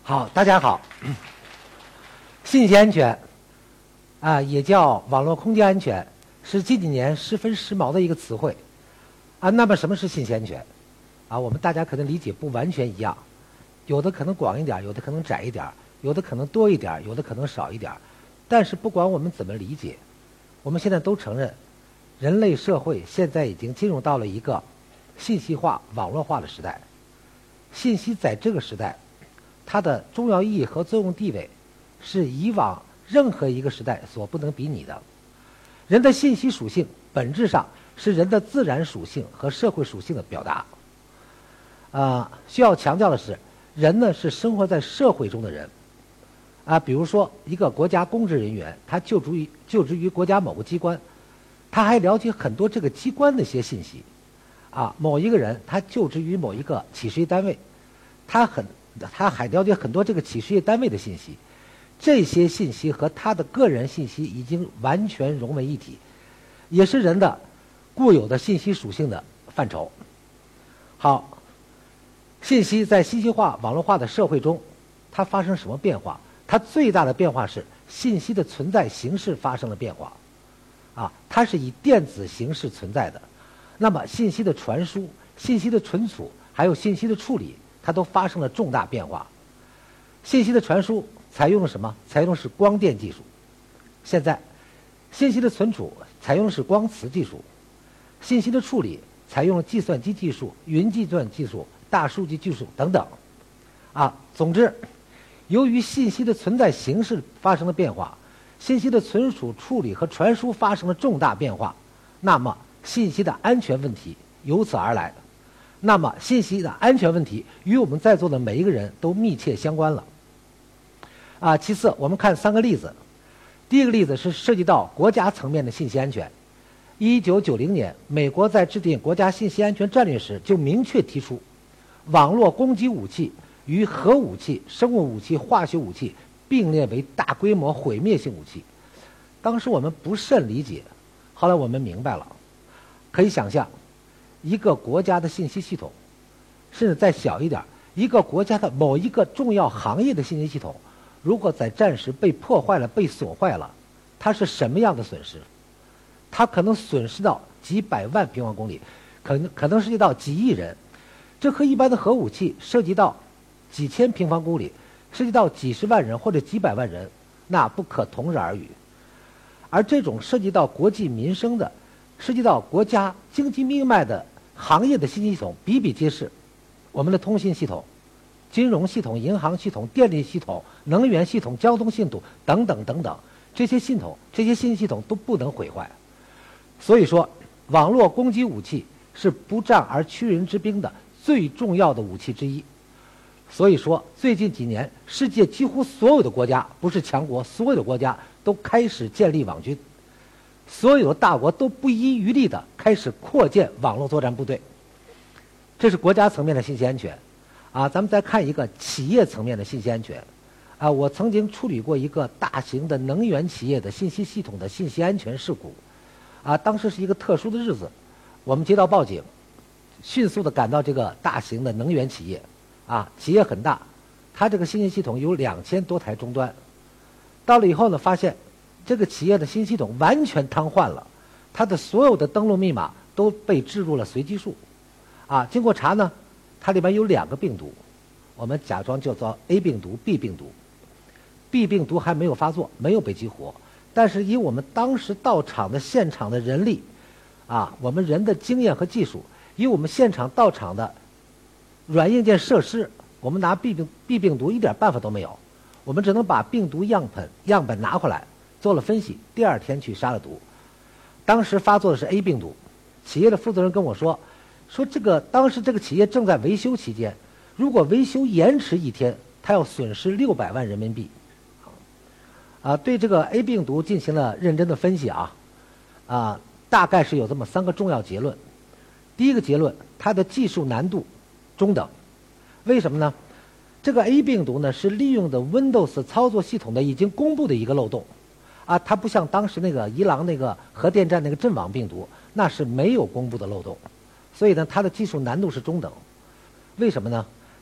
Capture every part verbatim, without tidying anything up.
好，大家好。信息安全啊，也叫网络空间安全，是近几年十分时髦的一个词汇啊。那么什么是信息安全啊？我们大家可能理解不完全一样，有的可能广一点，有的可能窄一点，有的可能多一点，有的可能少一点。但是不管我们怎么理解，我们现在都承认，人类社会现在已经进入到了一个信息化、网络化的时代。信息在这个时代，它的重要意义和作用地位是以往任何一个时代所不能比拟的。人的信息属性本质上是人的自然属性和社会属性的表达。啊、呃，需要强调的是，人呢是生活在社会中的人。啊，比如说一个国家公职人员，他就职于就职于国家某个机关，他还了解很多这个机关的一些信息。啊，某一个人他就职于某一个企事业单位，他很他还了解很多这个企事业单位的信息，这些信息和他的个人信息已经完全融为一体，也是人的固有的信息属性的范畴。好，信息在信息化、网络化的社会中，它发生什么变化？它最大的变化是信息的存在形式发生了变化。啊，它是以电子形式存在的。那么信息的传输、信息的存储，还有信息的处理，它都发生了重大变化。信息的传输采用了什么？采用的是光电技术。现在，信息的存储采用的是光磁技术，信息的处理采用了计算机技术、云计算技术、大数据技术等等。啊，总之，由于信息的存在形式发生了变化，信息的存储、处理和传输发生了重大变化，那么信息的安全问题由此而来。那么信息的安全问题与我们在座的每一个人都密切相关了。啊，其次我们看三个例子。第一个例子是涉及到国家层面的信息安全。一九九零年，美国在制定国家信息安全战略时就明确提出，网络攻击武器与核武器、生物武器、化学武器并列为大规模毁灭性武器。当时我们不甚理解，后来我们明白了。可以想象，一个国家的信息系统，甚至再小一点，一个国家的某一个重要行业的信息系统，如果在战时被破坏了、被损坏了，它是什么样的损失？它可能损失到几百万平方公里，可能可能涉及到几亿人。这和一般的核武器涉及到几千平方公里，涉及到几十万人或者几百万人，那不可同日而语。而这种涉及到国计民生的、涉及到国家经济命脉的行业的信息系统比比皆是。我们的通信系统、金融系统、银行系统、电力系统、能源系统、交通系统等等等等，这些系统、这些信息系统都不能毁坏。所以说，网络攻击武器是不战而屈人之兵的最重要的武器之一。所以说，最近几年，世界几乎所有的国家，不是强国，所有的国家都开始建立网军。所有的大国都不遗余力地开始扩建网络作战部队，这是国家层面的信息安全。啊，咱们再看一个企业层面的信息安全。啊，我曾经处理过一个大型的能源企业的信息系统的信息安全事故。啊，当时是一个特殊的日子，我们接到报警，迅速地赶到这个大型的能源企业。啊，企业很大，它这个信息系统有两千多台终端。到了以后呢，发现这个企业的新系统完全瘫痪了，它的所有的登录密码都被置入了随机数。啊，经过查呢，它里面有两个病毒，我们假装叫做 A 病毒、B 病毒。B 病毒还没有发作，没有被激活，但是以我们当时到场的现场的人力，啊，我们人的经验和技术，以我们现场到场的软硬件设施，我们拿 B 病 B 病毒一点办法都没有，我们只能把病毒样本样本拿回来。做了分析，第二天去杀了毒。当时发作的是 A 病毒，企业的负责人跟我说，说这个当时这个企业正在维修期间，如果维修延迟一天，他要损失六百万人民币。啊，对这个 A 病毒进行了认真的分析啊，啊，大概是有这么三个重要结论。第一个结论，它的技术难度中等。为什么呢？这个 A 病毒呢是利用的 Windows 操作系统的已经公布的一个漏洞。啊，它不像当时那个伊朗那个核电站那个阵亡病毒，那是没有公布的漏洞，所以呢，它的技术难度是中等。为什么呢？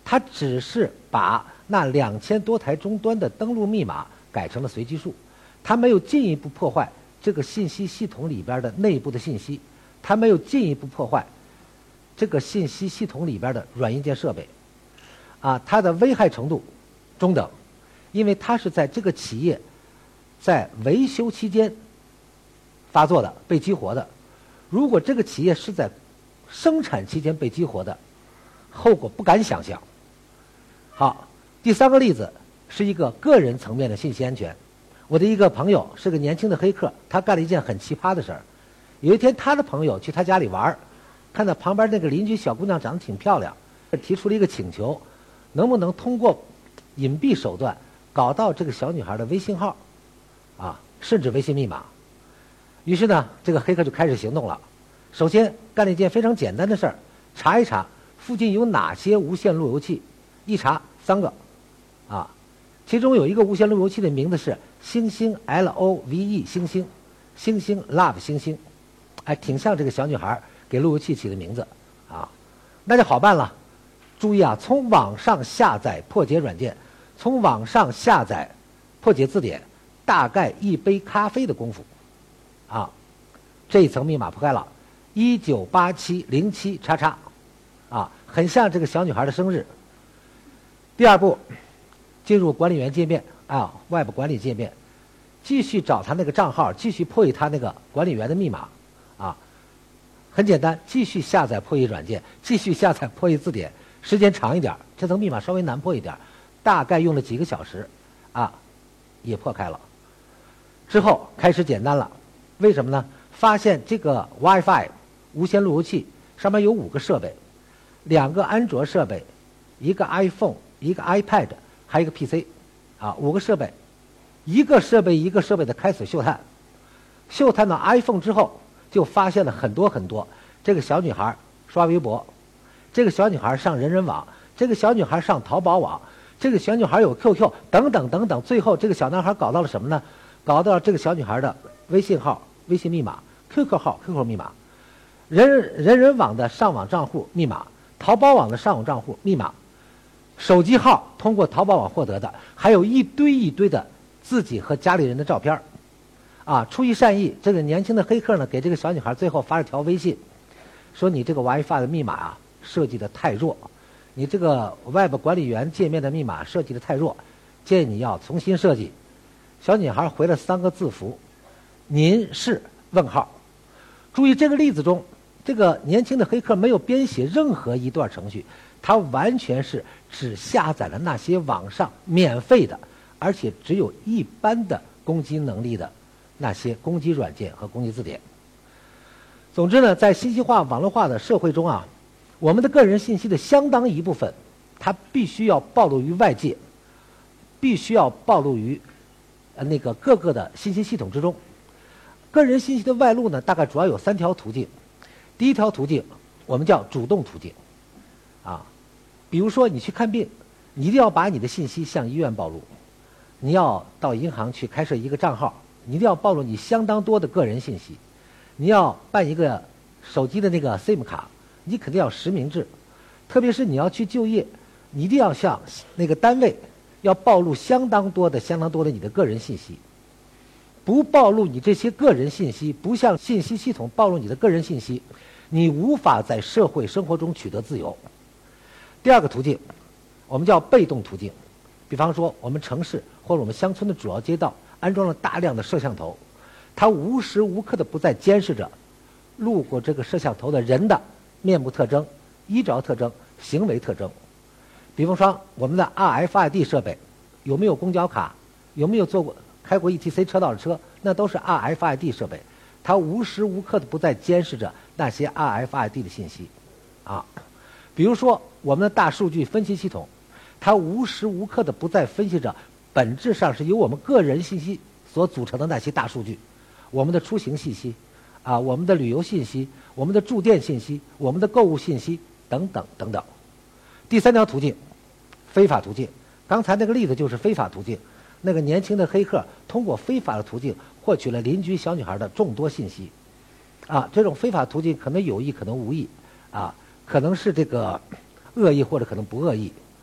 他只是把那两千多台终端的登录密码改成了随机数，他没有进一步破坏这个信息系统里边的内部的信息，他没有进一步破坏这个信息系统里边的软硬件设备，啊，它的危害程度中等，因为它是在这个企业在维修期间发作的、被激活的。如果这个企业是在生产期间被激活的，后果不敢想象。好，第三个例子是一个个人层面的信息安全。我的一个朋友是个年轻的黑客，他干了一件很奇葩的事儿。有一天，他的朋友去他家里玩，看到旁边那个邻居小姑娘长得挺漂亮，提出了一个请求，能不能通过隐蔽手段搞到这个小女孩的微信号，啊，甚至微信密码。于是呢，这个黑客就开始行动了。首先干了一件非常简单的事儿，查一查附近有哪些无线路由器，一查三个，啊，其中有一个无线路由器的名字是星星 L O V E 星星，星星 Love 星星，哎，挺像这个小女孩给路由器起的名字啊，那就好办了。注意啊，从网上下载破解软件，从网上下载破解字典，大概一杯咖啡的功夫，啊，这一层密码破开了，一九八七零七叉叉，啊，很像这个小女孩的生日。第二步，进入管理员界面啊 ，Web 管理界面，继续找他那个账号，继续破译他那个管理员的密码，啊，很简单，继续下载破译软件，继续下载破译字典，时间长一点，这层密码稍微难破一点，大概用了几个小时，啊，也破开了。之后开始简单了，为什么呢？发现这个 WiFi 无线路由器上面有五个设备，两个安卓设备，一个 iPhone， 一个 iPad， 还有一个 P C， 啊，五个设备，一个设备一个设备的开始嗅探，嗅探到 iPhone 之后，就发现了很多很多这个小女孩刷微博，这个小女孩上人人网，这个小女孩上淘宝网，这个小女孩有 Q Q 等等等等，最后这个小男孩搞到了什么呢？搞到了这个小女孩的微信号、微信密码、Q Q 号、Q Q 密码，人人人网的上网账户密码，淘宝网的上网账户密码，手机号通过淘宝网获得的，还有一堆一堆的自己和家里人的照片，啊，出于善意，这个年轻的黑客呢，给这个小女孩最后发了条微信，说你这个 WiFi 的密码啊设计的太弱，你这个 Web 管理员界面的密码设计的太弱，建议你要重新设计。小女孩回了三个字符：“您是问号。”注意这个例子中，这个年轻的黑客没有编写任何一段程序，他完全是只下载了那些网上免费的，而且只有一般的攻击能力的那些攻击软件和攻击字典。总之呢，在信息化、网络化的社会中啊，我们的个人信息的相当一部分，它必须要暴露于外界，必须要暴露于呃那个各个的信息系统之中。个人信息的外露呢，大概主要有三条途径。第一条途径我们叫主动途径，啊，比如说你去看病，你一定要把你的信息向医院暴露；你要到银行去开设一个账号，你一定要暴露你相当多的个人信息；你要办一个手机的那个 SIM 卡，你肯定要实名制；特别是你要去就业，你一定要向那个单位要暴露相当多的、相当多的你的个人信息。不暴露你这些个人信息，不向信息系统暴露你的个人信息，你无法在社会生活中取得自由。第二个途径，我们叫被动途径。比方说，我们城市或者我们乡村的主要街道安装了大量的摄像头，它无时无刻的不再监视着路过这个摄像头的人的面部特征、衣着特征、行为特征。比方说，我们的 R F I D 设备有没有公交卡，有没有坐过开过 E T C 车道的车，那都是 R F I D 设备，它无时无刻的不再监视着那些 R F I D 的信息，啊，比如说我们的大数据分析系统，它无时无刻的不再分析着本质上是由我们个人信息所组成的那些大数据，我们的出行信息，啊，我们的旅游信息，我们的住店信息，我们的购物信息等等等等。第三条途径，非法途径。刚才那个例子就是非法途径。那个年轻的黑客通过非法的途径获取了邻居小女孩的众多信息，啊，这种非法途径可能有意，可能无意，啊，可能是这个恶意或者可能不恶意，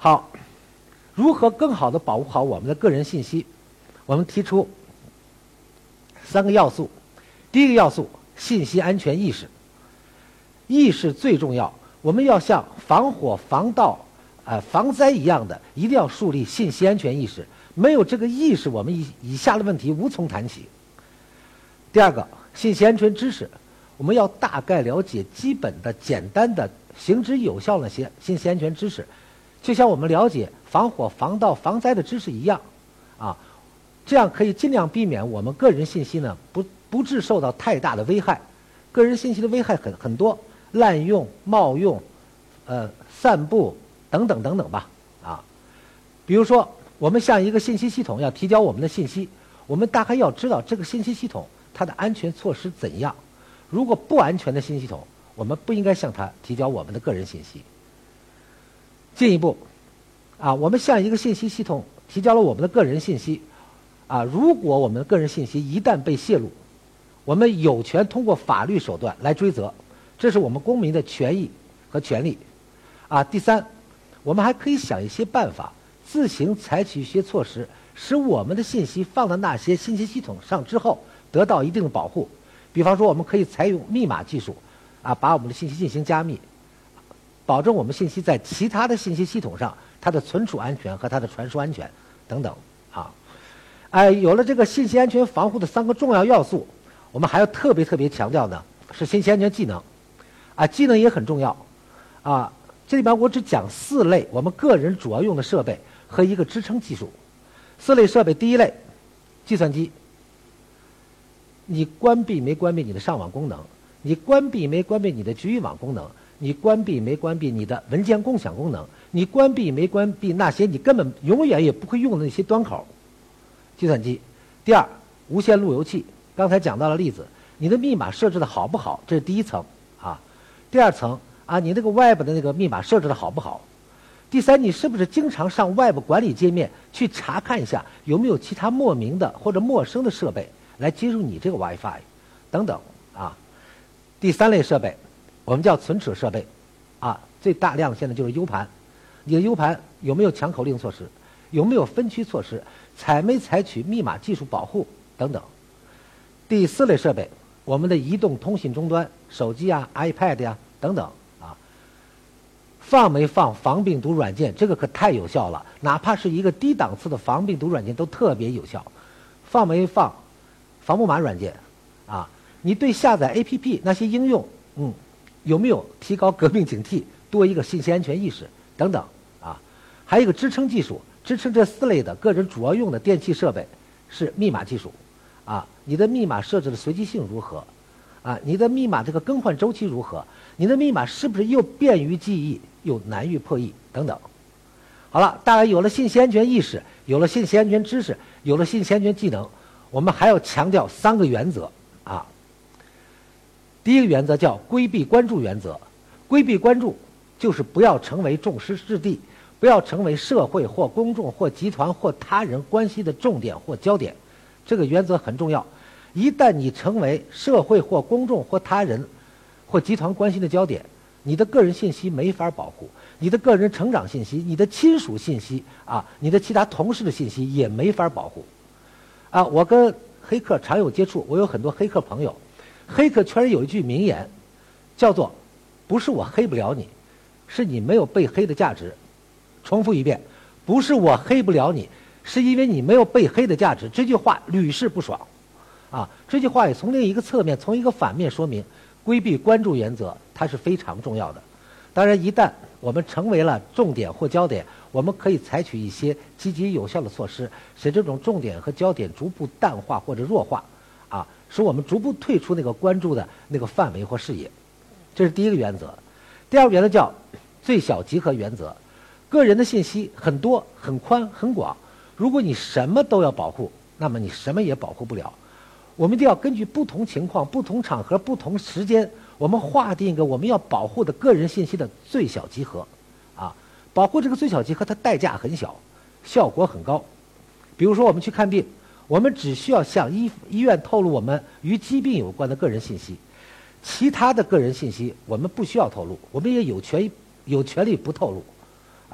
好，如何更好的保护好我们的个人信息？我们提出三个要素。第一个要素，信息安全意识。意识最重要，我们要像防火、防盗、呃防灾一样的，一定要树立信息安全意识。没有这个意识，我们以以下的问题无从谈起。第二个，信息安全知识，我们要大概了解基本的、简单的、行之有效的些信息安全知识，就像我们了解防火、防盗、防灾的知识一样，啊，这样可以尽量避免我们个人信息呢不不致受到太大的危害。个人信息的危害很很多，滥用、冒用、呃散布等等等等吧，啊，比如说我们向一个信息系统要提交我们的信息，我们大概要知道这个信息系统它的安全措施怎样。如果不安全的信息系统，我们不应该向它提交我们的个人信息。进一步，啊，我们向一个信息系统提交了我们的个人信息，啊，如果我们的个人信息一旦被泄露，我们有权通过法律手段来追责，这是我们公民的权益和权利。啊，第三，我们还可以想一些办法，自行采取一些措施，使我们的信息放到那些信息系统上之后得到一定的保护。比方说，我们可以采用密码技术，啊，把我们的信息进行加密，保证我们信息在其他的信息系统上它的存储安全和它的传输安全等等。啊，哎，有了这个信息安全防护的三个重要要素，我们还要特别特别强调的是信息安全技能。啊，技能也很重要。啊，这里边我只讲四类我们个人主要用的设备和一个支撑技术。四类设备，第一类，计算机。你关闭没关闭你的上网功能？你关闭没关闭你的局域网功能？你关闭没关闭你的文件共享功能？你关闭没关闭那些你根本永远也不会用的那些端口？计算机。第二，无线路由器。刚才讲到了例子，你的密码设置的好不好？这是第一层啊。第二层啊，你那个 Web 的那个密码设置的好不好？第三，你是不是经常上 Web 管理界面去查看一下有没有其他莫名的或者陌生的设备来接入你这个 WiFi 等等啊。第三类设备我们叫存储设备啊，最大量现在就是 U 盘。你的 U 盘有没有强口令措施？有没有分区措施？采没采取密码技术保护等等。第四类设备，我们的移动通信终端，手机啊、iPad 呀、啊、等等啊，放没放防病毒软件？这个可太有效了，哪怕是一个低档次的防病毒软件都特别有效。放没放防木马软件？啊，你对下载 A P P 那些应用，嗯，有没有提高革命警惕，多一个信息安全意识等等啊？还有一个支撑技术，支撑这四类的个人主要用的电器设备是密码技术。啊，你的密码设置的随机性如何？啊，你的密码这个更换周期如何？你的密码是不是又便于记忆又难于破译等等？好了，大家有了信息安全意识，有了信息安全知识，有了信息安全技能，我们还要强调三个原则啊。第一个原则叫规避关注原则。规避关注就是不要成为众矢之的，不要成为社会或公众或集团或他人关系的重点或焦点。这个原则很重要。一旦你成为社会或公众或他人或集团关系的焦点，你的个人信息没法保护，你的个人成长信息、你的亲属信息啊，你的其他同事的信息也没法保护。啊，我跟黑客常有接触，我有很多黑客朋友。黑客圈有一句名言，叫做“不是我黑不了你，是你没有被黑的价值”。重复一遍，不是我黑不了你，是因为你没有被黑的价值。这句话屡试不爽啊！这句话也从另一个侧面，从一个反面说明，规避关注原则它是非常重要的。当然，一旦我们成为了重点或焦点，我们可以采取一些积极有效的措施，使这种重点和焦点逐步淡化或者弱化，啊，使我们逐步退出那个关注的那个范围或视野。这是第一个原则。第二个原则叫最小集合原则。个人的信息很多、很宽、很广，如果你什么都要保护，那么你什么也保护不了。我们一定要根据不同情况、不同场合、不同时间，我们划定一个我们要保护的个人信息的最小集合。啊，保护这个最小集合，它代价很小，效果很高。比如说，我们去看病，我们只需要向医医院透露我们与疾病有关的个人信息，其他的个人信息我们不需要透露，我们也有权有权利不透露。啊，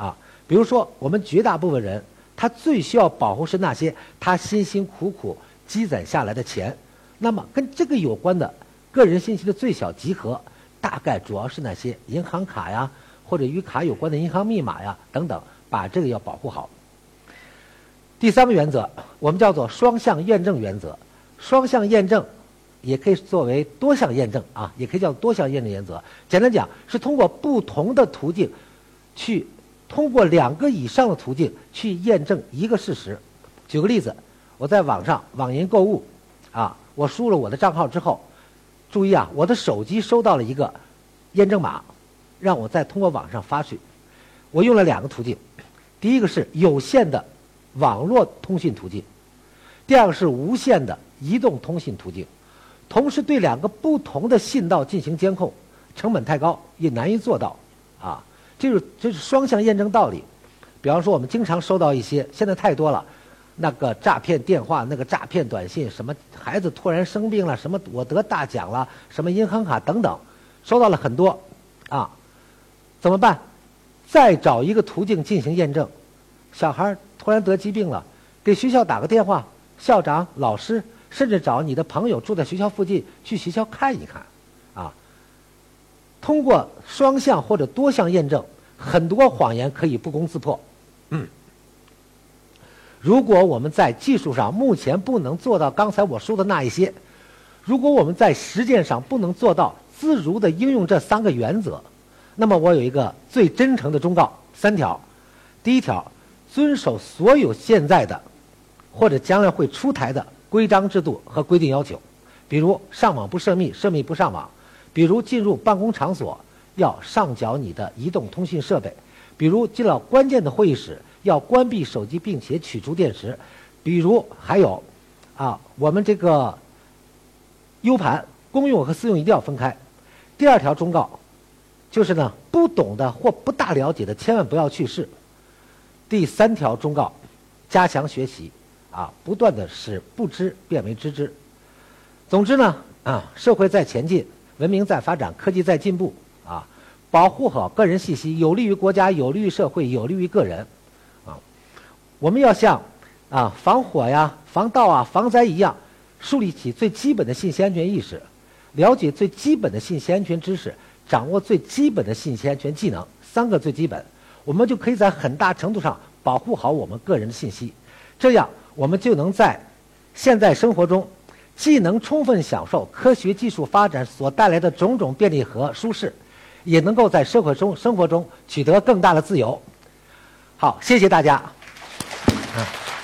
比如说，我们绝大部分人，他最需要保护是那些他辛辛苦苦积攒下来的钱。那么跟这个有关的个人信息的最小集合，大概主要是那些银行卡呀，或者与卡有关的银行密码呀等等，把这个要保护好。第三个原则，我们叫做双向验证原则。双向验证也可以作为多项验证啊，也可以叫多项验证原则。简单讲，是通过不同的途径去通过两个以上的途径去验证一个事实。举个例子，我在网上网银购物啊，我输入了我的账号之后，注意啊，我的手机收到了一个验证码，让我再通过网上发去。我用了两个途径，第一个是有线的网络通讯途径，第二个是无线的移动通信途径。同时对两个不同的信道进行监控，成本太高，也难以做到啊。这是这是双向验证道理。比方说，我们经常收到一些，现在太多了，那个诈骗电话、那个诈骗短信，什么孩子突然生病了，什么我得大奖了，什么银行卡等等，收到了很多啊。怎么办？再找一个途径进行验证。小孩突然得疾病了，给学校打个电话，校长、老师，甚至找你的朋友住在学校附近，去学校看一看啊。通过双向或者多项验证，很多谎言可以不攻自破。嗯，如果我们在技术上目前不能做到刚才我说的那一些，如果我们在实践上不能做到自如地应用这三个原则，那么我有一个最真诚的忠告，三条。第一条，遵守所有现在的或者将来会出台的规章制度和规定要求，比如上网不涉密，涉密不上网，比如进入办公场所要上缴你的移动通信设备，比如进了关键的会议室要关闭手机并且取出电池，比如还有啊，我们这个 U 盘公用和私用一定要分开。第二条忠告就是呢，不懂的或不大了解的千万不要去试。第三条忠告，加强学习啊，不断的使不知变为知之。总之呢，啊，社会在前进，文明在发展，科技在进步啊，保护好个人信息，有利于国家，有利于社会，有利于个人啊。我们要像啊防火呀、防盗啊、防灾一样，树立起最基本的信息安全意识，了解最基本的信息安全知识，掌握最基本的信息安全技能，三个最基本，我们就可以在很大程度上保护好我们个人的信息。这样我们就能在现在生活中既能充分享受科学技术发展所带来的种种便利和舒适，也能够在社会中生活中取得更大的自由。好，谢谢大家。嗯